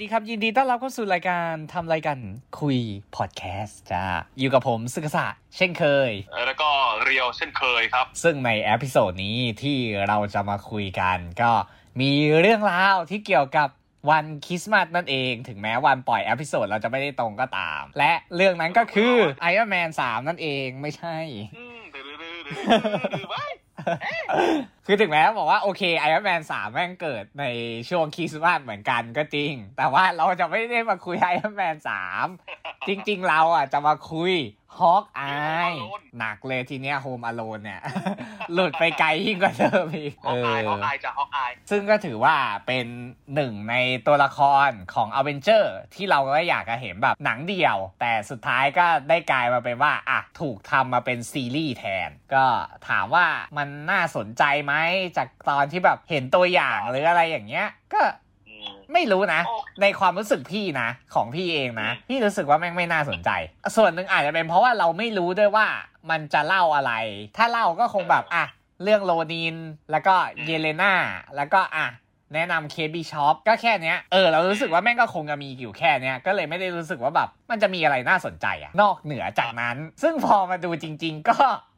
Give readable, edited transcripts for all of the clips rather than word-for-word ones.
ครับยินดีต้อนรับเข้าสู่รายการทำรายการคุยพอดแคสต์จ้าอยู่กับผมซึกษะเช่นเคยแล้วก็เรียวเช่นเคยครับซึ่งในเอพิโซดนี้ที่เราจะมาคุยกันก็มีเรื่องราวที่เกี่ยวกับวันคริสต์มาสนั่นเองถึงแม้วันปล่อยเอพิโซดเราจะไม่ได้ตรงก็ตามและเรื่องนั้นก็คือ Iron Man 3นั่นเองไม่ใช่คือถึงแม้บอกว่าโอเค Iron Man 3แม่งเกิดในช่วงคริสต์มาสเหมือนกันก็จริงแต่ว่าเราจะไม่ได้มาคุย Iron Man 3จริงๆเราอ่ะจะมาคุยฮอกอายหนักเลยทีเนี้ยโฮมอโลนเนี่ยหลุดไปไกลยิ่งกว่าเดิมอีกฮอกอายจากฮอกอายซึ่งก็ถือว่าเป็นหนึ่งในตัวละครของอเวนเจอร์ที่เราก็อยากจะเห็นแบบหนังเดี่ยวแต่สุดท้ายก็ได้กลายมาเป็นว่าอ่ะถูกทำมาเป็นซีรีส์แทนก็ถามว่ามันน่าสนใจไหมจากตอนที่แบบเห็นตัวอย่างหรืออะไรอย่างเงี้ยก็ไม่รู้นะในความรู้สึกพี่นะของพี่เองนะพี่รู้สึกว่าแม่งไม่น่าสนใจส่วนหนึ่งอาจจะเป็นเพราะว่าเราไม่รู้ด้วยว่ามันจะเล่าอะไรถ้าเล่าก็คงแบบอ่ะเรื่องโรนินแล้วก็เยเลนาแล้วก็อ่ะแนะนำเคบีช็อปก็แค่เนี้ยเรารู้สึกว่าแม่งก็คงจะมีอยู่แค่เนี้ยก็เลยไม่ได้รู้สึกว่าแบบมันจะมีอะไรน่าสนใจอะนอกเหนือจากนั้นซึ่งพอมาดูจริงๆ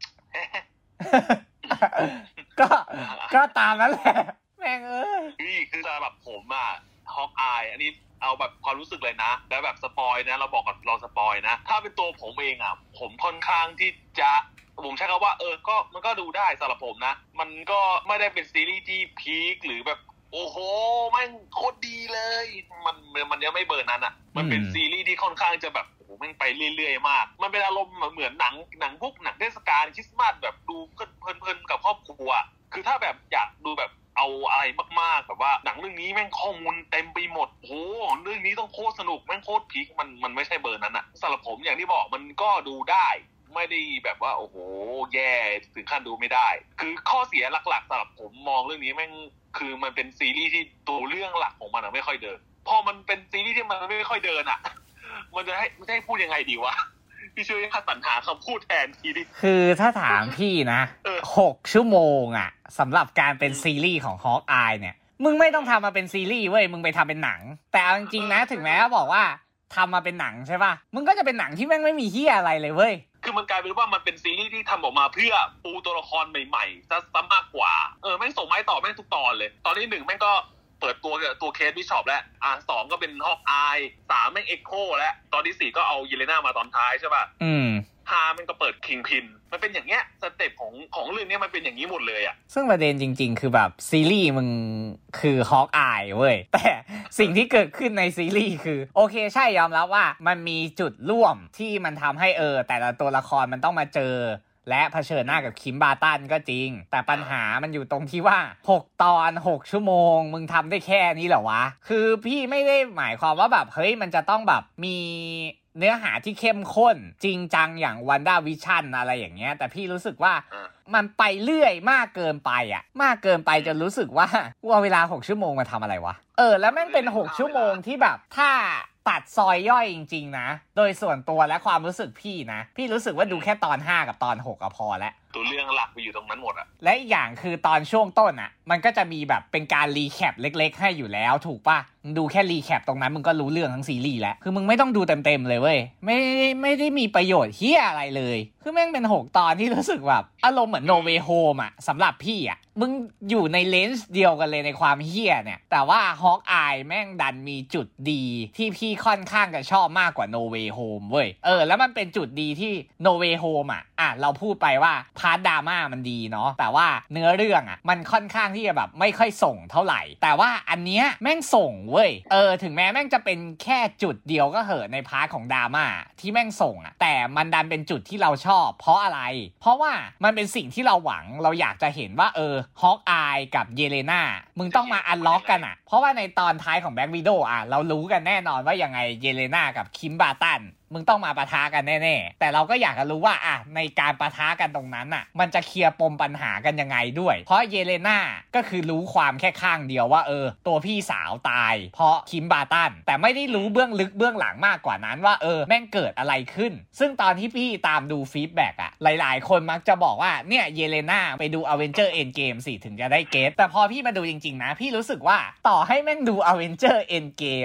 ก็ตามนั้นแหละแม่งนี่คือสำหรับผมอะฮอกอายอันนี้เอาแบบความรู้สึกเลยนะแล้วแบบสปอยนะเราบอกกับเราสปอยนะถ้าเป็นตัวผมเองอะผมค่อนข้างที่จะผมใช้คำว่าก็มันก็ดูได้สำหรับผมนะมันก็ไม่ได้เป็นซีรีส์ที่พีคหรือแบบโอ้โหแม่งโคตรดีเลยมันยังไม่เบอร์นั้นอะมันเป็นซีรีส์ที่ค่อนข้างจะแบบโอ้โหแม่งไปเรื่อยๆมากมันเป็นอารมณ์เหมือนหนังพวกหนังเทศกาลคริสต์มาสแบบดูเพลินๆกับครอบครัวคือถ้าแบบอยากดูแบบเอาอะไรมากๆแบบว่าหนังเรื่องนี้แม่งข้อมูลเต็มไปหมดโหเรื่องนี้ต้องโคตรสนุกแม่งโคตรพีคมันไม่ใช่เบอร์นั้นอะสำหรับผมอย่างที่บอกมันก็ดูได้ไม่ได้แบบว่าโอ้โหแย่ถึงขั้นดูไม่ได้คือข้อเสียหลักๆสำหรับผมมองเรื่องนี้แม่งคือมันเป็นซีรีส์ที่ตัวเรื่องหลักของมันไม่ค่อยเดินพอมันเป็นซีรีส์ที่มันไม่ค่อยเดินอะมันจะให้พูดยังไงดีวะพี่ช่วยสรรหาคำพูดแทนทีดิคือถ้าถามพี่นะ6 ชั่วโมงอ่ะสำหรับการเป็นซีรีส์ของฮอกอายเนี่ยมึงไม่ต้องทำมาเป็นซีรีส์เว้ยมึงไปทำเป็นหนังแต่จริงๆนะถึงแม้บอกว่าทำมาเป็นหนังใช่ป่ะมึงก็จะเป็นหนังที่แม่งไม่มีเหี้ยอะไรเลยเว้ยคือมันกลายเป็นว่ามันเป็นซีรีส์ที่ทำออกมาเพื่อปูตัวละครใหม่ๆซะมากกว่าแม่งส่งไม้ต่อแม่งทุกตอนเลยตอนที่1แม่งก็เปิดตัวเคสบิชอปแล้ว2ก็เป็นฮอกอาย3แม่งเอ็กโคแล้วตอนที่4ก็เอาเยเลนามาตอนท้ายใช่ป่ะ5มันก็เปิดคิงพินมันเป็นอย่างเงี้ยสเต็ปของเรื่องนี้มันเป็นอย่างนี้หมดเลยอ่ะซึ่งประเด็นจริงๆคือแบบซีรีส์มึงคือฮอกอายเว้ยแต่สิ่งที่เกิดขึ้นในซีรีส์คือโอเคใช่ยอมรับว่ามันมีจุดร่วมที่มันทำให้แต่ละตัวละครมันต้องมาเจอและเผชิญหน้ากับคิมบาตันก็จริงแต่ปัญหามันอยู่ตรงที่ว่า6 ตอน 6 ชั่วโมงมึงทำได้แค่นี้เหรอวะคือพี่ไม่ได้หมายความว่าแบบเฮ้ยมันจะต้องแบบมีเนื้อหาที่เข้มข้นจริงจังอย่างวันด้าวิชั่นอะไรอย่างเงี้ยแต่พี่รู้สึกว่ามันไปเรื่อยมากเกินไปมากเกินไปจนรู้สึกว่าเวลา6 ชั่วโมงมาทำอะไรวะแล้วแม่งเป็น6 ชั่วโมงที่แบบถ้าตัดซอยย่อยจริงๆนะโดยส่วนตัวและความรู้สึกพี่นะพี่รู้สึกว่าดูแค่ตอน5กับตอน6ก็พอแล้วตัวเรื่องหลักไปอยู่ตรงนั้นหมดและอีกอย่างคือตอนช่วงต้นมันก็จะมีแบบเป็นการรีแคปเล็กๆให้อยู่แล้วถูกป่ะมึงดูแค่รีแคปตรงนั้นมึงก็รู้เรื่องทั้งซีรีส์แล้วคือมึงไม่ต้องดูเต็มๆเลยเว้ยไม่ได้มีประโยชน์เหี้ยอะไรเลยคือแม่งเป็น6 ตอนที่รู้สึกแบบอารมณ์เหมือน No Way Home สำหรับพี่มึงอยู่ในเลนส์เดียวกันเลยในความเหี้ยเนี่ยแต่ว่าฮอกอายแม่งดันมีจุดดีที่พี่ค่อนข้างจะชอบมากกว่า No Way Home เว้ยแล้วมันเป็นจุดดีที่ No Way Home เราพูดไปว่าพาร์ทดราม่ามันดีเนาะแต่ว่าเนื้อเรื่องมันค่อนข้างที่จะแบบไม่ค่อยส่งเท่าไหร่แต่ว่าอันเนี้ยแม่งส่งเว้ยถึงแม้แม่งจะเป็นแค่จุดเดียวก็เหอะในพาร์ทของดราม่าที่แม่งส่งแต่มันดันเป็นจุดที่เราชอบเพราะอะไรเพราะว่ามันเป็นสิ่งที่เราหวังเราอยากจะเห็นว่าฮอกอายกับเยเลนามึงต้องมาอันล็อกกันเพราะว่าในตอนท้ายของแบล็ควิโดว์เรารู้กันแน่นอนว่ายังไงเยเลนากับคิมบาตันมึงต้องมาปะทะกันแน่ๆแต่เราก็อยากจะรู้ว่าในการปะทะกันตรงนั้นมันจะเคลียร์ปมปัญหากันยังไงด้วยเพราะเยเลนาก็คือรู้ความแค่ข้างเดียวว่าตัวพี่สาวตายเพราะคิมบาตันแต่ไม่ได้รู้เบื้องลึกเบื้องหลังมากกว่านั้นว่าแม่งเกิดอะไรขึ้นซึ่งตอนที่พี่ตามดูฟีดแบ็กหลายๆคนมักจะบอกว่าเนี่ยเยเลนาไปดู Avenger Endgame สิถึงจะได้เก็ทแต่พอพี่มาดูจริงๆนะพี่รู้สึกว่าต่อให้แม่งดู Avenger Endgame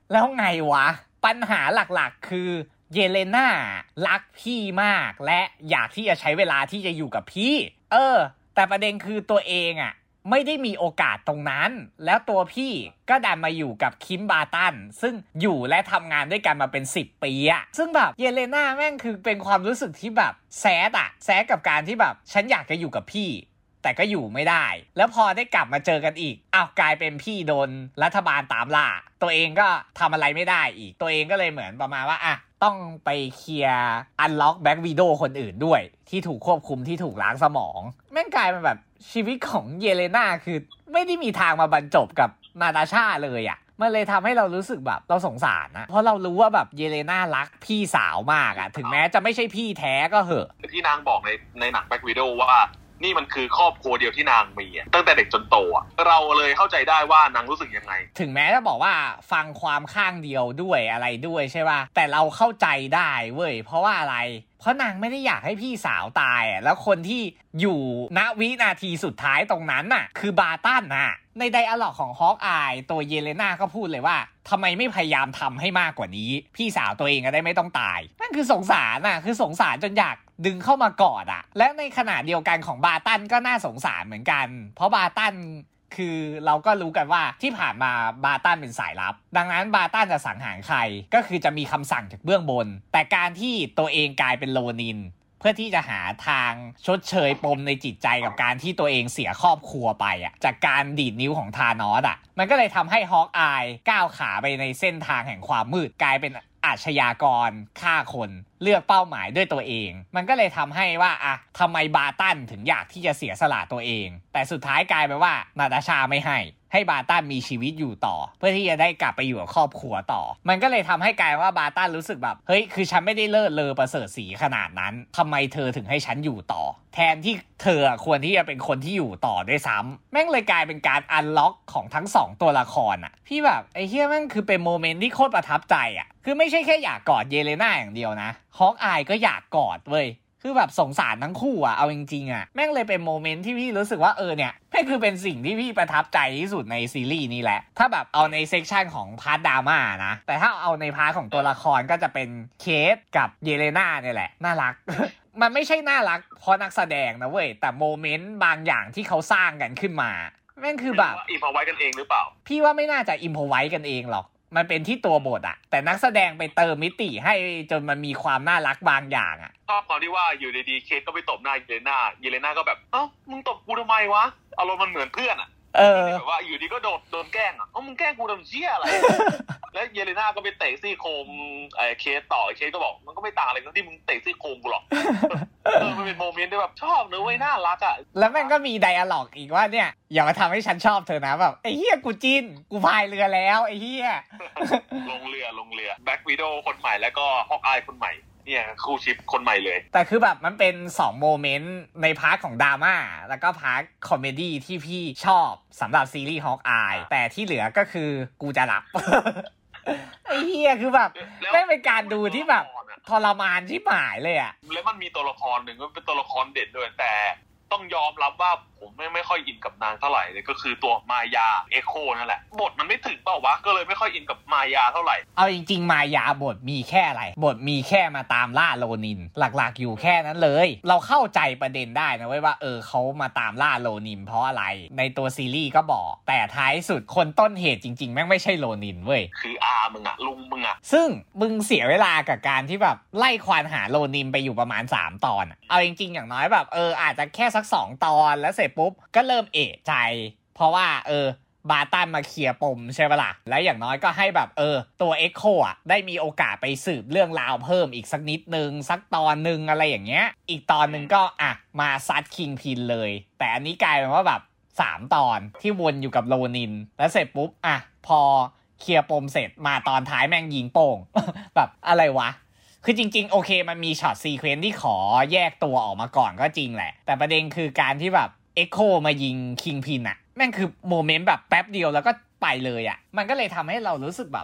แล้วไงวะปัญหาหลักๆคือเยเลน่ารักพี่มากและอยากที่จะใช้เวลาที่จะอยู่กับพี่แต่ประเด็นคือตัวเองอ่ะไม่ได้มีโอกาสตรงนั้นแล้วตัวพี่ก็ดันมาอยู่กับคิมบาตันซึ่งอยู่และทำงานด้วยกันมาเป็น10 ปีอะซึ่งแบบเยเลน่าแม่งคือเป็นความรู้สึกที่แบบแซดกับการที่แบบฉันอยากจะอยู่กับพี่แต่ก็อยู่ไม่ได้แล้วพอได้กลับมาเจอกันอีกกลายเป็นพี่โดนรัฐบาลตามล่าตัวเองก็ทำอะไรไม่ได้อีกตัวเองก็เลยเหมือนประมาณว่าต้องไปเคลียร์อันล็อกแบ็กวีโดคนอื่นด้วยที่ถูกควบคุมที่ถูกล้างสมองแม่งกลายเป็นแบบชีวิตของเยเลน่าคือไม่ได้มีทางมาบรรจบกับนาตาชาเลยอ่ะมันเลยทำให้เรารู้สึกแบบเราสงสารนะเพราะเรารู้ว่าแบบเยเลน่ารักพี่สาวมากอ่ะถึงแม้จะไม่ใช่พี่แท้ก็เหอะที่นางบอกในหนังแบ็กวีโดว่านี่มันคือครอบครัวเดียวที่นางมีตั้งแต่เด็กจนโตเราเลยเข้าใจได้ว่านางรู้สึกยังไงถึงแม้จะบอกว่าฟังความข้างเดียวด้วยอะไรด้วยใช่ป่ะแต่เราเข้าใจได้เว้ยเพราะว่าอะไรเพราะนางไม่ได้อยากให้พี่สาวตายแล้วคนที่อยู่ณวินาทีสุดท้ายตรงนั้นน่ะคือบาตันน่ะในไดอะล็อกของฮอคอายตัวเยเลน่าก็พูดเลยว่าทำไมไม่พยายามทำให้มากกว่านี้พี่สาวตัวเองก็ได้ไม่ต้องตายนั่นคือสงสารน่ะคือสงสารจนอยากดึงเข้ามากอดและในขณะเดียวกันของบาตันก็น่าสงสารเหมือนกันเพราะบาตันคือเราก็รู้กันว่าที่ผ่านมาบาตันเป็นสายลับดังนั้นบาตันจะสังหารใครก็คือจะมีคำสั่งจากเบื้องบนแต่การที่ตัวเองกลายเป็นโลนินเพื่อที่จะหาทางชดเชยปมในจิตใจกับการที่ตัวเองเสียครอบครัวไปจากการดีดนิ้วของธานอสมันก็เลยทำให้ฮอคอายก้าวขาไปในเส้นทางแห่งความมืดกลายเป็นอาชญากรฆ่าคนเลือกเป้าหมายด้วยตัวเองมันก็เลยทำให้ว่าทำไมบาตันถึงอยากที่จะเสียสละตัวเองแต่สุดท้ายกลายเป็นว่านาตาชาไม่ให้บาตันมีชีวิตอยู่ต่อเพื่อที่จะได้กลับไปอยู่กับครอบครัวต่อมันก็เลยทำให้กลายว่าบาตันรู้สึกแบบเฮ้ยคือฉันไม่ได้เลิศเลอประเสริฐศรีขนาดนั้นทำไมเธอถึงให้ฉันอยู่ต่อแทนที่เธอควรที่จะเป็นคนที่อยู่ต่อด้วยซ้ำแม่งเลยกลายเป็นการอันล็อกของทั้ง2ตัวละครพี่แบบไอ้เหี้ยแม่งคือเป็นโมเมนต์ที่โคตรประทับใจคือไม่ใช่แค่อยากกอดเยเลน่าอย่างเดียวนะฮอคอายก็อยากกอดเว้ยคือแบบสงสารทั้งคู่เอาจริงๆแม่งเลยเป็นโมเมนต์ที่พี่รู้สึกว่าเนี่ยแม่งคือเป็นสิ่งที่พี่ประทับใจที่สุดในซีรีส์นี้แหละถ้าแบบเอาในเซกชันของพาร์ทดราม่านะแต่ถ้าเอาในพาร์ทของตัวละครก็จะเป็นเคทกับเยเลน่าเนี่ยแหละน่ารัก มันไม่ใช่น่ารักเพราะนักแสดงนะเว้ยแต่โมเมนต์บางอย่างที่เขาสร้างกันขึ้นมาแม่งคือแบบอิมพอไว้กันเองหรือเปล่าพี่ว่าไม่น่าจะอิมพอไว้กันเองหรอกมันเป็นที่ตัวบทแต่นักแสดงไปเติมมิติให้จนมันมีความน่ารักบางอย่างชอบตอนที่ว่าอยู่ดีๆเคทก็ไปตบหน้าเยเลน่าก็แบบมึงตบกูทำไมวะอารมณ์มันเหมือนเพื่อนแบบว่าอยู่ดีก็โดนแกล้งมึงแกล้งกูทำเชี่ยอะไร แล้วเยเลน่าก็ไปเตะซี่โครงเคทต่อเคทก็บอกมันก็ไม่ต่างอะไรกับที่มึงเตะซี่โครงกูหรอก มันเป็นโมเมนต์ที่แบบชอบเนอะเว้ยน่ารักแล้วแม่งก็มีไดอะล็อกอีกว่าเนี่ยอย่ามาทำให้ฉันชอบเธอนะแบบไอ้เหี้ยกูจิ้นกูพายเรือแล้วไอ้เหี้ยลงเรือแบ็ควิโดคนใหม่แล้วก็ฮอกอายคนใหม่เนี่ยคู่ชิปคนใหม่เลยแต่คือแบบมันเป็น2โมเมนต์ในพาร์ทของดราม่าแล้วก็พาร์ทคอมเมดี้ที่พี่ชอบสำหรับซีรีส์ฮอกอายแต่ที่เหลือก็คือกูจะหลับ ไอ้เหี้ยคือแบบไม่เป็นการดูที่แบบทรมานที่หมายเลยแล้วมันมีตัวละครหนึ่งก็เป็นตัวละครเด่นด้วยแต่ต้องยอมรับว่าผมไม่ค่อยอินกับนางเท่าไหร่เลยก็คือตัวมายาเอ็กโคนั่นแหละบทมันไม่ถึงเปล่าวะก็เลยไม่ค่อยอินกับมายาเท่าไหร่เอาจริงๆมายาบทมีแค่อะไรบทมีแค่มาตามล่าโลนินหลักๆอยู่แค่นั้นเลยเราเข้าใจประเด็นได้นะเว้ยว่าเขามาตามล่าโลนินเพราะอะไรในตัวซีรีส์ก็บอกแต่ท้ายสุดคนต้นเหตุจริงๆแม่งไม่ใช่โลนินเว้ยคือมึงลุงมึงซึ่งมึงเสียเวลากับการที่แบบไล่ควานหาโลนินไปอยู่ประมาณ3ตอนเอาจริงๆอย่างน้อยแบบอาจจะแค่สัก2ตอนแล้วเสร็จปุ๊บก็เริ่มเอะใจเพราะว่าบาตันมาเคลียร์ปมใช่ปะล่ะแล้วอย่างน้อยก็ให้แบบตัวเอ็กโคได้มีโอกาสไปสืบเรื่องราวเพิ่มอีกสักนิดนึงสักตอนนึงอะไรอย่างเงี้ยอีกตอนนึงก็มาซัดคิงพินเลยแต่อันนี้กลายเป็นว่าแบบ3ตอนที่วนอยู่กับโลนินแล้วเสร็จปุ๊บพอเคลียร์ปมเสร็จมาตอนท้ายแม่งยิงโป่ง แบบอะไรวะคือจริงๆโอเคมันมีช็อตซีเควนซ์ที่ขอแยกตัวออกมาก่อนก็จริงแหละแต่ประเด็นคือการที่แบบเอ็กโคมายิงคิงพินแม่งคือโมเมนต์แบบแป๊บเดียวแล้วก็ไปเลยมันก็เลยทำให้เรารู้สึกแบบ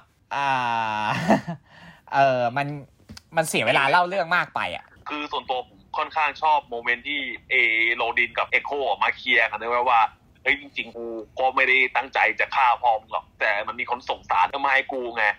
มันเสียเวลาเล่าเรื่องมากไปคือส่วนตัวผมค่อนข้างชอบโมเมนต์ที่โรดินกับเอ็กโคมาเคลียร์กันด้วยว่าเฮ้ยจริงๆกูก็ไม่ได้ตั้งใจจะฆ่าพ่อมึงหรอกแต่มันมีคนส่งสารมาให้กูไง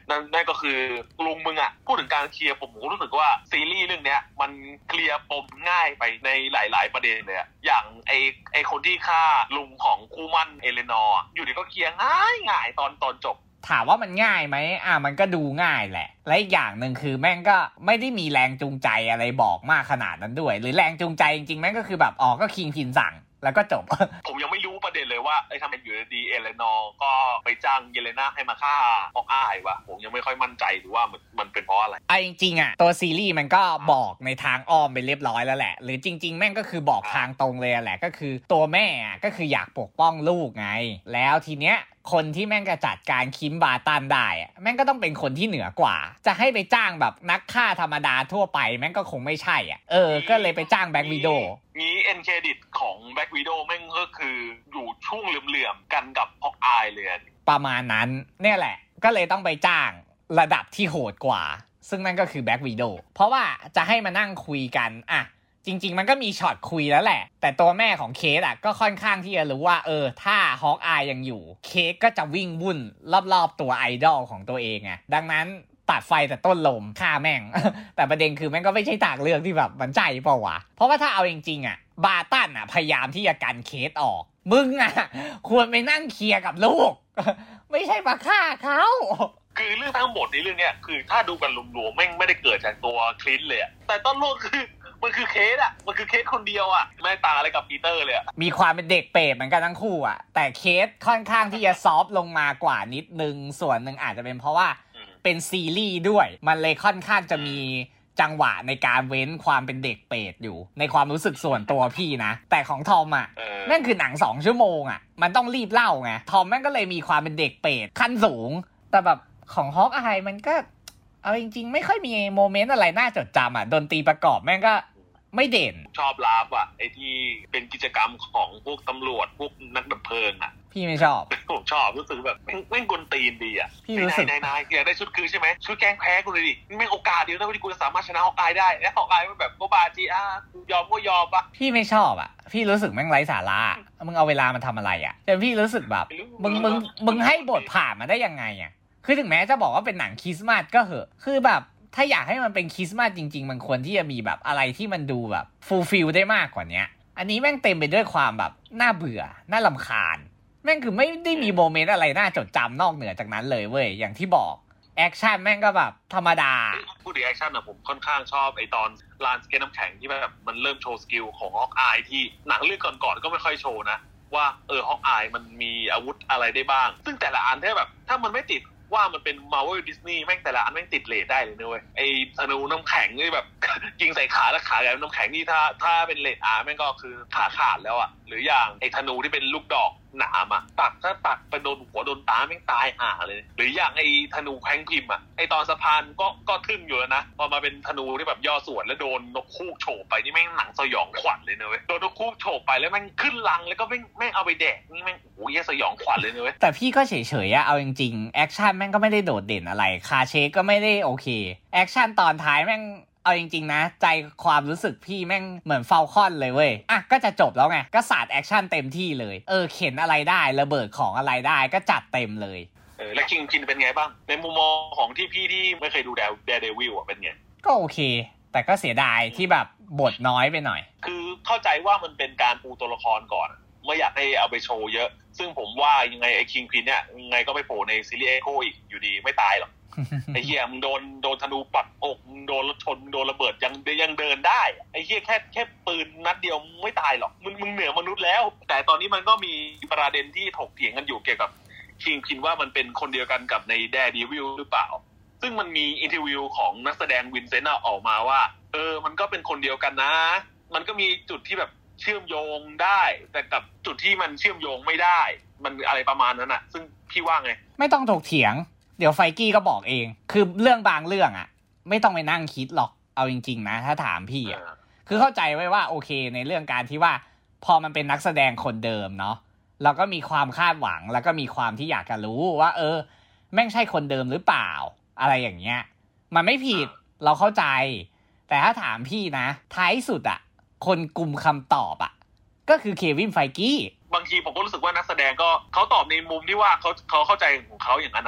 นั่นก็คือลุงมึงอ่ะพูดถึงการเคลียร์ผมก็รู้สึกว่าซีรีส์เรื่องเนี้ยมันเคลียร์ปมง่ายไปในหลายๆประเด็นเลยอะอย่างไอคนที่ฆ่าลุงของคู่มั่นเอเลนอร์อยู่ดีก็เคลียร์ง่ายตอนจบถามว่ามันง่ายไหมมันก็ดูง่ายแหละและอีกอย่างหนึ่งคือแม่งก็ไม่ได้มีแรงจูงใจอะไรบอกมากขนาดนั้นด้วยหรือแรงจูงใจจริงๆแม่งก็คือแบบก็คิงพินสั่งแล้วก็จบผมยังไม่รู้ประเด็นเลยว่าทำไมอยู่ดีเอเลนอร์ก็ไปจ้างเยเลนาให้มาฆ่าฮอกอายวะผมยังไม่ค่อยมั่นใจหรือว่ามันเป็นเพราะอะไรจริงๆตัวซีรีส์มันก็บอกในทางอ้อมไปเรียบร้อยแล้วแหละหรือจริงๆแม่งก็คือบอกทางตรงเลยแหละก็คือตัวแม่ก็คืออยากปกป้องลูกไงแล้วทีเนี้ยคนที่แม่งจะจัดการคิมบาตันได้แม่งก็ต้องเป็นคนที่เหนือกว่าจะให้ไปจ้างแบบนักฆ่าธรรมดาทั่วไปแม่งก็คงไม่ใช่ก็เลยไปจ้างแบ็ควิโดว์งี้เอ็นเครดิตของแบ็ควิโดว์แม่งก็คืออยู่ช่วงเหลื่อมๆกันกับฮอกอายเลยประมาณนั้นเนี่ยแหละก็เลยต้องไปจ้างระดับที่โหดกว่าซึ่งนั่นก็คือแบ็ควิโดว์เพราะว่าจะให้มานั่งคุยกันจริงๆมันก็มีช็อตคุยแล้วแหละแต่ตัวแม่ของเคสก็ค่อนข้างที่จะรู้ว่าถ้าฮอกอายยังอยู่เคสก็จะวิ่งวุ่นรอบๆตัวไอดอลของตัวเองดังนั้นตัดไฟแต่ต้นลมฆ่าแม่ง แต่ประเด็นคือแม่งก็ไม่ใช่ทางเลือกที่แบบมันใจเปล่าวะเพราะว่าถ้าเอาจริงๆบาตันพยายามที่จะกันเคสออกมึงควรไปนั่งเคลียร์กับลูก ไม่ใช่มาฆ่าเขาคือเรื่องทั้งหมดในเรื่องเนี้ยคือถ้าดูกันรวมๆแม่งไม่ได้เกิดจากตัวคลินเลยแต่ต้นโลกคือมันคือเคสมันคือเคสคนเดียวไม่ต่างอะไรกับปีเตอร์เลยมีความเป็นเด็กเปรตเหมือนกันทั้งคู่แต่เคสค่อนข้างที่จะซอฟต์ลงมากว่านิดนึงส่วนหนึ่งอาจจะเป็นเพราะว่าเป็นซีรีส์ด้วยมันเลยค่อนข้างจะมีจังหวะในการเว้นความเป็นเด็กเปรตอยู่ในความรู้สึกส่วนตัวพี่นะแต่ของทอมแม่งคือหนัง2 ชั่วโมงมันต้องรีบเล่าไงทอมแม่งก็เลยมีความเป็นเด็กเปรตขั้นสูงแต่แบบของฮอกอายมันก็เอาจริงๆไม่ค่อยมีโมเมนต์อะไรน่าจดจำดนตรีประกอบแม่งก็ไม่เด่นชอบลาฟไอ้ที่เป็นกิจกรรมของพวกตำรวจพวกนักดับเพลิงพี่ไม่ชอบผมชอบรู้สึกแบบแม่งกวนตีนดีพี่รู้สึกนายอยากได้ชุดคือใช่ไหมชุดแกล้งแพ้กูเลยดิแม่งโอกาสเดียวนะที่กูจะสามารถชนะฮอกอายได้แล้วฮอกอายมันแบบก็บาจียอมก็ยอมปะพี่ไม่ชอบพี่รู้สึกแม่งไร้สาระมึงเอาเวลามาทำอะไรแต่พี่รู้สึกแบบมึงให้บทผ่านมาได้ยังไงคือถึงแม้จะบอกว่าเป็นหนังคริสต์มาสก็เหอะคือแบบถ้าอยากให้มันเป็นคริสต์มาสจริงๆมันควรที่จะมีแบบอะไรที่มันดูแบบฟูลฟิลได้มากกว่านี้อันนี้แม่งเต็มไปด้วยความแบบน่าเบื่อน่ารำคาญแม่งคือไม่ได้มีโมเมนต์อะไรน่าจดจำนอกเหนือจากนั้นเลยเว้ยอย่างที่บอกแอคชั่นแม่งก็แบบธรรมดาพูดถึงแอคชั่นผมค่อนข้างชอบไอตอนลานสเก็ตน้ำแข็งที่แบบมันเริ่มโชว์สกิลของฮอกอายที่หนังเรื่องก่อนๆก็ไม่ค่อยโชว์นะว่าฮอกอายมันมีอาวุธอะไรได้บ้างซึ่งแต่ละอันถ้ามันไม่ติดว่ามันเป็น Marvel Disney แม่งแต่ละอันแม่งติดเรทได้เลยนะเว้ยไอ้ธนูน้ำแข็งนี่แบบยิงใส่ขาแล้วขาแกน้ำแข็งนี่ถ้าเป็นเรท R แม่งก็คือขาขาดแล้วหรืออย่างไอ้ธนูที่เป็นลูกดอกหนามถ้าตักไปโดนหัวโดนตาแม่งตายห่าเลยหรืออย่างไอ้ธนูแข้งพิมพ์ไอ้ตอนสะพานก็ทึ่งอยู่แล้วนะพอมาเป็นธนูที่แบบย่อส่วนแล้วโดนนกฮูกโฉบไปนี่แม่งหนังสยองขวัญเลยนะเว้ยโดนนกฮูกโฉบไปแล้วแม่งขึ้นลังแล้วก็แม่งเอาไปแดกนี่แม่งโอ้ยสยองขวัญเลยนะเว้ยแต่พี่ก็เฉยๆเอาจริงๆแอคชั่นแม่งก็ไม่ได้โดดเด่นอะไรคาเชก็ไม่ได้โอเคแอคชั่นตอนท้ายแม่งเอาจริงๆนะใจความรู้สึกพี่แม่งเหมือนฟาลคอนเลยเว้ยก็จะจบแล้วไงก็สาดแอคชั่นเต็มที่เลยเข็นอะไรได้ระเบิดของอะไรได้ก็จัดเต็มเลยแล้วคิงพินเป็นไงบ้างในมุมมองของที่พี่ที่ไม่เคยดูแดร์เดวิลเป็นไงก็โอเคแต่ก็เสียดายที่แบบบทน้อยไปหน่อยคือเข้าใจว่ามันเป็นการปูตัวละครก่อนไม่อยากให้เอาไปโชว์เยอะซึ่งผมว่ายังไงไอ้คิงพินเนี่ยยังไงก็ไปโผล่ในซีรีส์เอ็กโคอีกอยู่ดีไม่ตายหรอกไอ้เหี้ยมึงโดนธนูปัดอกมึงโดนรถชนโดนระเบิดยังเดินได้ไอ้เหี้ยแค่ปืนนัดเดียวไม่ตายหรอกมึงเหนือมนุษย์แล้วแต่ตอนนี้มันก็มีประเด็นที่ถกเถียงกันอยู่เกี่ยวกับคิงพินว่ามันเป็นคนเดียวกันกับในแดร์เดวิลหรือเปล่าซึ่งมันมีอินเทอร์วิวของนักแสดงวินเซนต์ออกมาว่ามันก็เป็นคนเดียวกันนะมันก็มีจุดที่แบบเชื่อมโยงได้แต่กับจุดที่มันเชื่อมโยงไม่ได้มันอะไรประมาณนั้นซึ่งพี่ว่าไงไม่ต้องถกเถียงเดี๋ยวไฟกี้ก็บอกเองคือเรื่องบางเรื่องไม่ต้องไปนั่งคิดหรอกเอาจริงๆนะถ้าถามพี่คือเข้าใจไว้ว่าโอเคในเรื่องการที่ว่าพอมันเป็นนักแสดงคนเดิมเนาะเราก็มีความคาดหวังแล้วก็มีความที่อยากจะรู้ว่าแม่งใช่คนเดิมหรือเปล่าอะไรอย่างเงี้ยมันไม่ผิดเราเข้าใจแต่ถ้าถามพี่นะท้ายสุดคนกลุ่มคำตอบก็คือเควินไฟกี้บางทีผมก็รู้สึกว่านักแสดงก็เขาตอบในมุมที่ว่าเขาเข้าใจของเขาอย่างนั้น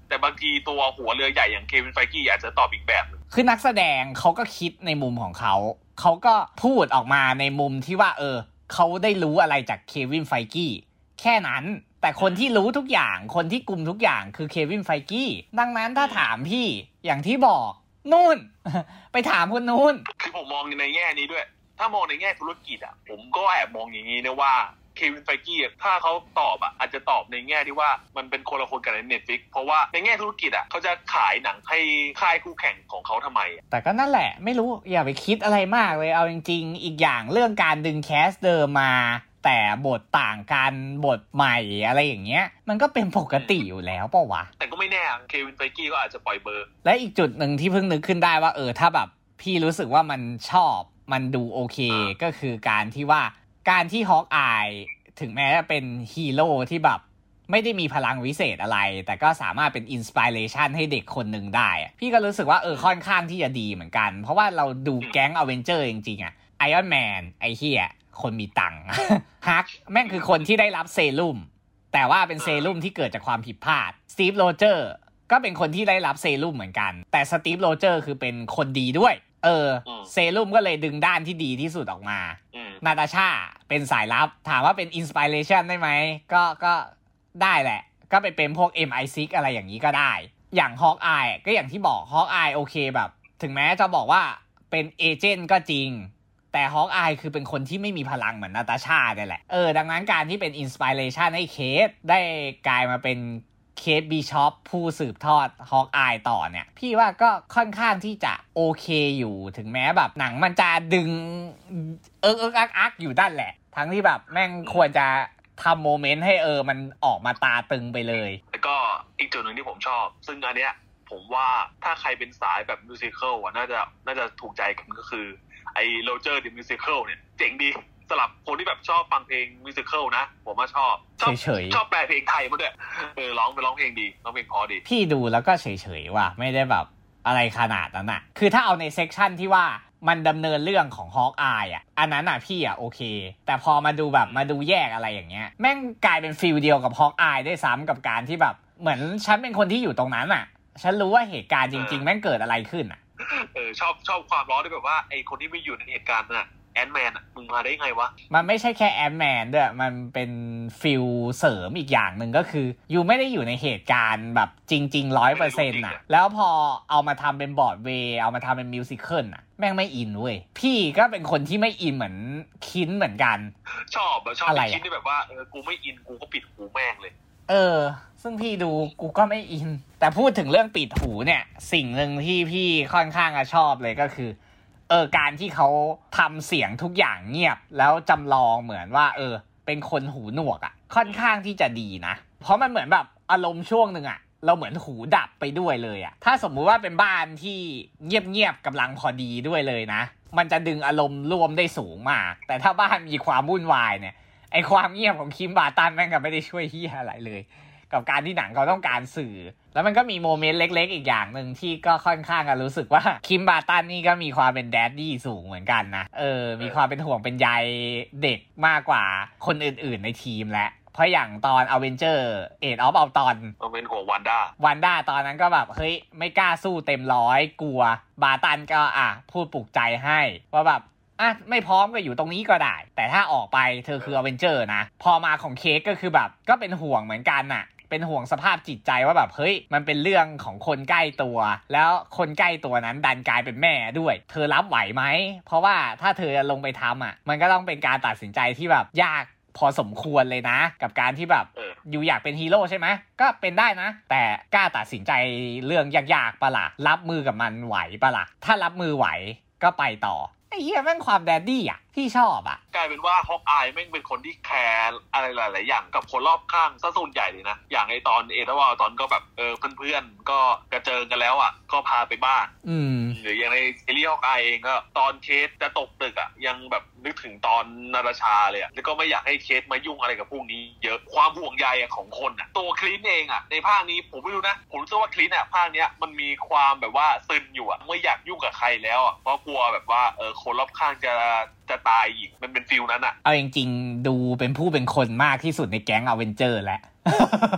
แต่บางทีตัวหัวเรือใหญ่อย่างเควินไฟกี้อาจจะตอบอีกแบบนึงคือนักแสดงเขาก็คิดในมุมของเขาก็พูดออกมาในมุมที่ว่าเขาได้รู้อะไรจากเควินไฟกี้แค่นั้นแต่คนที่รู้ทุกอย่างคนที่กุมทุกอย่างคือเควินไฟกี้ดังนั้นถ้าถามพี่อย่างที่บอกนู่น ไปถามคนนู้นคือผมมองในแง่นี้ด้วยถ้ามองในแง่ธุรกิจอ่ะผมก็แอบมองอย่างนี้นะว่าเควินไฟกี้ถ้าเขาตอบอ่ะอาจจะตอบในแง่ที่ว่ามันเป็นคนละคนกับใน Netflix เพราะว่าในแง่ธุรกิจอ่ะเขาจะขายหนังให้ค่ายคู่แข่งของเขาทำไมแต่ก็นั่นแหละไม่รู้อย่าไปคิดอะไรมากเลยเอาจริงๆอีกอย่างเรื่องการดึงแคสเดิมมาแต่บทต่างกันบทใหม่อะไรอย่างเงี้ยมันก็เป็นปกติอยู่แล้วเปล่าวะแต่ก็ไม่แน่เควินไฟกี้ก็อาจจะปล่อยเบอร์และอีกจุดหนึ่งที่เพิ่งนึกขึ้นได้ว่าถ้าแบบพี่รู้สึกว่ามันชอบมันดูโอเคก็คือการที่ฮอกอายถึงแม้จะเป็นฮีโร่ที่แบบไม่ได้มีพลังวิเศษอะไรแต่ก็สามารถเป็นอินสปิเรชันให้เด็กคนหนึ่งได้พี่ก็รู้สึกว่าค่อนข้างที่จะดีเหมือนกันเพราะว่าเราดูแก๊งอเวนเจอร์จริงๆไอรอนแมนไอเฮียคนมีตังค์ฮักแม่งคือคนที่ได้รับเซรุ่มแต่ว่าเป็นเซรุ่มที่เกิดจากความผิดพลาดสตีฟโรเจอร์ก็เป็นคนที่ได้รับเซรุ่มเหมือนกันแต่สตีฟโรเจอร์คือเป็นคนดีด้วยเซรุ่มก็เลยดึงด้านที่ดีที่สุดออกมานาตาชาเป็นสายลับถามว่าเป็นอินสปิเรชันได้ไหมก็ได้แหละก็ไปเป็นพวก MI6 อะไรอย่างนี้ก็ได้อย่างฮอกอายก็อย่างที่บอกฮอกอายโอเคแบบถึงแม้จะบอกว่าเป็นเอเจนต์ก็จริงแต่ฮอกอายคือเป็นคนที่ไม่มีพลังเหมือนนาตาชาเนี่ยแหละดังนั้นการที่เป็นอินสปิเรชันให้เคสได้กลายมาเป็นเคทบีชอปผู้สืบทอดฮอกอายต่อเนี่ยพี่ว่าก็ค่อนข้างที่จะโอเคอยู่ถึงแม้แบบหนังมันจะดึงอักอยู่ด้านแหละทั้งที่แบบแม่งควรจะทำโมเมนต์ให้มันออกมาตาตึงไปเลยแล้วก็อีกจุดหนึ่งที่ผมชอบซึ่งอันเนี้ยผมว่าถ้าใครเป็นสายแบบมิวสิคลน่าจะถูกใจกันก็คือไอ้โรเจอร์เดอะมิวสิคลเนี่ยเจ๋งดีสำหรับคนที่แบบชอบฟังเพลงมิวสิคลนะผมว่าชอบแปลเพลงไทยมาด้วยร้องเพลงดีร้องเพลงเพราะดีพี่ดูแล้วก็เฉยๆว่ะไม่ได้แบบอะไรขนาดนั้นน่ะคือถ้าเอาในเซกชันที่ว่ามันดำเนินเรื่องของฮอกอายอันนั้นพี่โอเคแต่พอมาดูแบบมาดูแยกอะไรอย่างเงี้ยแม่งกลายเป็นฟีลเดียวกับฮอกอายได้ซ้ำกับการที่แบบเหมือนฉันเป็นคนที่อยู่ตรงนั้นฉันรู้ว่าเหตุการณ์จริงๆแม่งเกิดอะไรขึ้นชอบความร้อนที่แบบว่าไอ้คนที่ไม่อยู่ในเหตุการณ์น่ะแอนด์แมนมึงมาได้ไงวะมันไม่ใช่แค่แอนด์แมนด้วยมันเป็นฟิลเสริมอีกอย่างหนึ่งก็คืออยู่ไม่ได้อยู่ในเหตุการณ์แบบจริงๆ 100% แล้วพอเอามาทำเป็นบอร์ดเวย์เอามาทำเป็นมิวสิคัลแม่งไม่อินเว้ยพี่ก็เป็นคนที่ไม่อินเหมือนคินเหมือนกันชอบอะไรคินที่แบบว่ากูไม่อินกูก็ปิดหูแม่งเลยซึ่งพี่ดูกูก็ไม่อินแต่พูดถึงเรื่องปิดหูเนี่ยสิ่งหนึ่งที่พี่ค่อนข้างชอบเลยก็คือการที่เขาทำเสียงทุกอย่างเงียบแล้วจำลองเหมือนว่าเป็นคนหูหนวกค่อนข้างที่จะดีนะเพราะมันเหมือนแบบอารมณ์ช่วงนึงเราเหมือนหูดับไปด้วยเลยถ้าสมมุติว่าเป็นบ้านที่เงียบๆกำลังพอดีด้วยเลยนะมันจะดึงอารมณ์รวมได้สูงมากแต่ถ้าบ้านมีความวุ่นวายเนี่ยไอความเงียบของคิมบาตันแม่งก็ไม่ได้ช่วยเหี้ยอะไรเลยกับการที่หนังเขาต้องการสื่อแล้วมันก็มีโมเมนต์เล็กๆอีกอย่างนึงที่ก็ค่อนข้างรู้สึกว่าคิมบาตันนี่ก็มีความเป็นแดดดี้สูงเหมือนกันนะมีความเป็นห่วงเป็นใยเด็กมากกว่าคนอื่นๆในทีมและเพราะอย่างตอน Avenger Age of Ultron เป็นห่วงวันด้าตอนนั้นก็แบบเฮ้ยไม่กล้าสู้เต็มร้อยกลัวบาตันก็พูดปลุกใจให้ว่าแบบไม่พร้อมก็อยู่ตรงนี้ก็ได้แต่ถ้าออกไปเธอคืออเวนเจอร์นะพอมาของเค้กก็คือแบบก็เป็นห่วงเหมือนกันเป็นห่วงสภาพจิตใจว่าแบบเฮ้ยมันเป็นเรื่องของคนใกล้ตัวแล้วคนใกล้ตัวนั้นดันกลายเป็นแม่ด้วยเธอรับไหวไหมเพราะว่าถ้าเธอลงไปทำมันก็ต้องเป็นการตัดสินใจที่แบบยากพอสมควรเลยนะกับการที่แบบอยู่อยากเป็นฮีโร่ใช่ไหมก็เป็นได้นะแต่กล้าตัดสินใจเรื่องยากๆปะล่ะรับมือกับมันไหวปะล่ะถ้ารับมือไหวก็ไปต่อไอ้เหี้ยแม่งความแดดดี้พี่ชอบกลายเป็นว่าฮอกอายแม่งเป็นคนที่แคร์อะไรหลายๆอย่างกับคนรอบข้างซะส่วนใหญ่เลยนะอย่างไอตอนเอทาวาตอนก็แบบเพื่อนๆก็กระเจิงกันแล้วก็พาไปบ้านหรืออย่างในซีรีส์ฮอกอายเองก็ตอนเคสจะตกตึกยังแบบนึกถึงตอนนาราชาเลยแล้วก็ไม่อยากให้เคสมายุ่งอะไรกับพวกนี้เยอะความห่วงใยของคนตัวคลีนเองในภาคนี้ผมไม่รู้นะผมรู้สึกว่าคลีนภาคเนี้ยมันมีความแบบว่าซึนอยู่ไม่อยากยุ่งกับใครแล้วเพราะกลัวแบบว่าคนรอบข้างจะตายอีกมันเป็นฟิลนั้นเอาจริงๆดูเป็นผู้เป็นคนมากที่สุดในแก๊งอเวนเจอร์แหละ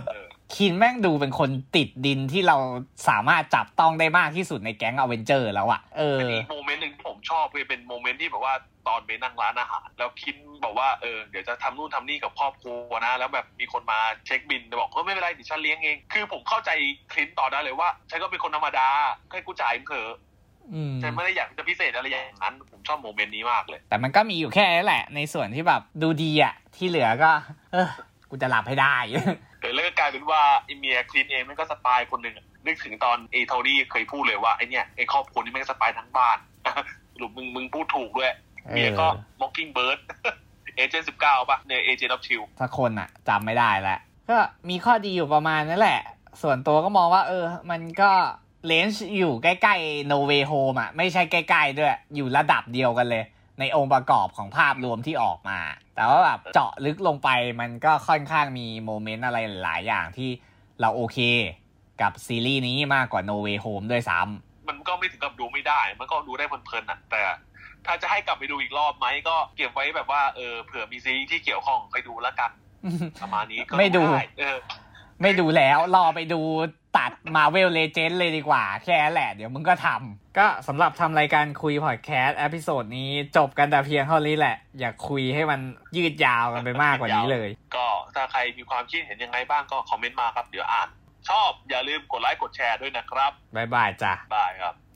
คินแม่งดูเป็นคนติดดินที่เราสามารถจับต้องได้มากที่สุดในแก๊งอเวนเจอร์แล้วอะเป็นอีกโมเมนต์หนึ่งที่ผมชอบเป็นโมเมนต์ที่แบบว่าตอนไปนั่งร้านอาหารแล้วคินบอกว่าเดี๋ยวจะทำนู่นทำนี่กับครอบครัวนะแล้วแบบมีคนมาเช็คบิลบอกไม่เป็นไรเดี๋ยวฉันเลี้ยงเองคือผมเข้าใจคินตอนนั้นเลยว่าฉันก็เป็นคนธรรมดาแค่กูจ่ายมึงเถอะฉันไม่ได้อยากจะพิเศษอะไรอย่างนั้นผมชอบโมเมนต์นี้มากเลยแต่มันก็มีอยู่แค่นั้นแหละในส่วนที่แบบดูดีอะที่เหลือก็กูจะหลับให้ได้แล้วก็กลายเป็นว่าไอเมียคลินเองมันก็สปายคนหนึ่งนึกถึงตอนโทนี่เคยพูดเลยว่าไอเนี่ยไอครอบครัวนี้มันก็สปายทั้งบ้านหรือมึงพูดถูกด้วยเมียก็ Mockingbird เอเจนต์19ป่ะใน Agent of Shield สักคนอะจำไม่ได้แล้วก็มีข้อดีอยู่ประมาณนั่นแหละส่วนตัวก็มองว่ามันก็เลนจ์อยู่ใกล้ๆ No Way Home อะไม่ใช่ใกล้ๆด้วยอยู่ระดับเดียวกันเลยในองค์ประกอบของภาพรวมที่ออกมาแต่ว่าแบบเจาะลึกลงไปมันก็ค่อนข้างมีโมเมนต์อะไรหลายอย่างที่เราโอเคกับซีรีส์นี้มากกว่า No Way Home ด้วยซ้ำมันก็ไม่ถึงกับดูไม่ได้มันก็ดูได้เพลินๆนะแต่ถ้าจะให้กลับไปดูอีกรอบไหมก็เก็บไว้แบบว่าเผื่อมีซีรีส์ที่เกี่ยวข้องไปดูแล้วกันประมาณนี้ก็ไม่ดูไม่ดูแล้วรอไปดูตัด Marvel Legends เลยดีกว่าแค่นั้นแหละเดี๋ยวมึงก็ทำก็สำหรับทำรายการคุยพอดแคสต์เอพิโซดนี้จบกันแต่เพียงเท่านี้แหละอย่าคุยให้มันยืดยาวกันไปมากกว่านี้เลยก็ถ้าใครมีความคิดเห็นยังไงบ้างก็คอมเมนต์มาครับเดี๋ยวอ่านชอบอย่าลืมกดไลค์กดแชร์ด้วยนะครับบ๊ายบายจ้ะบายครับ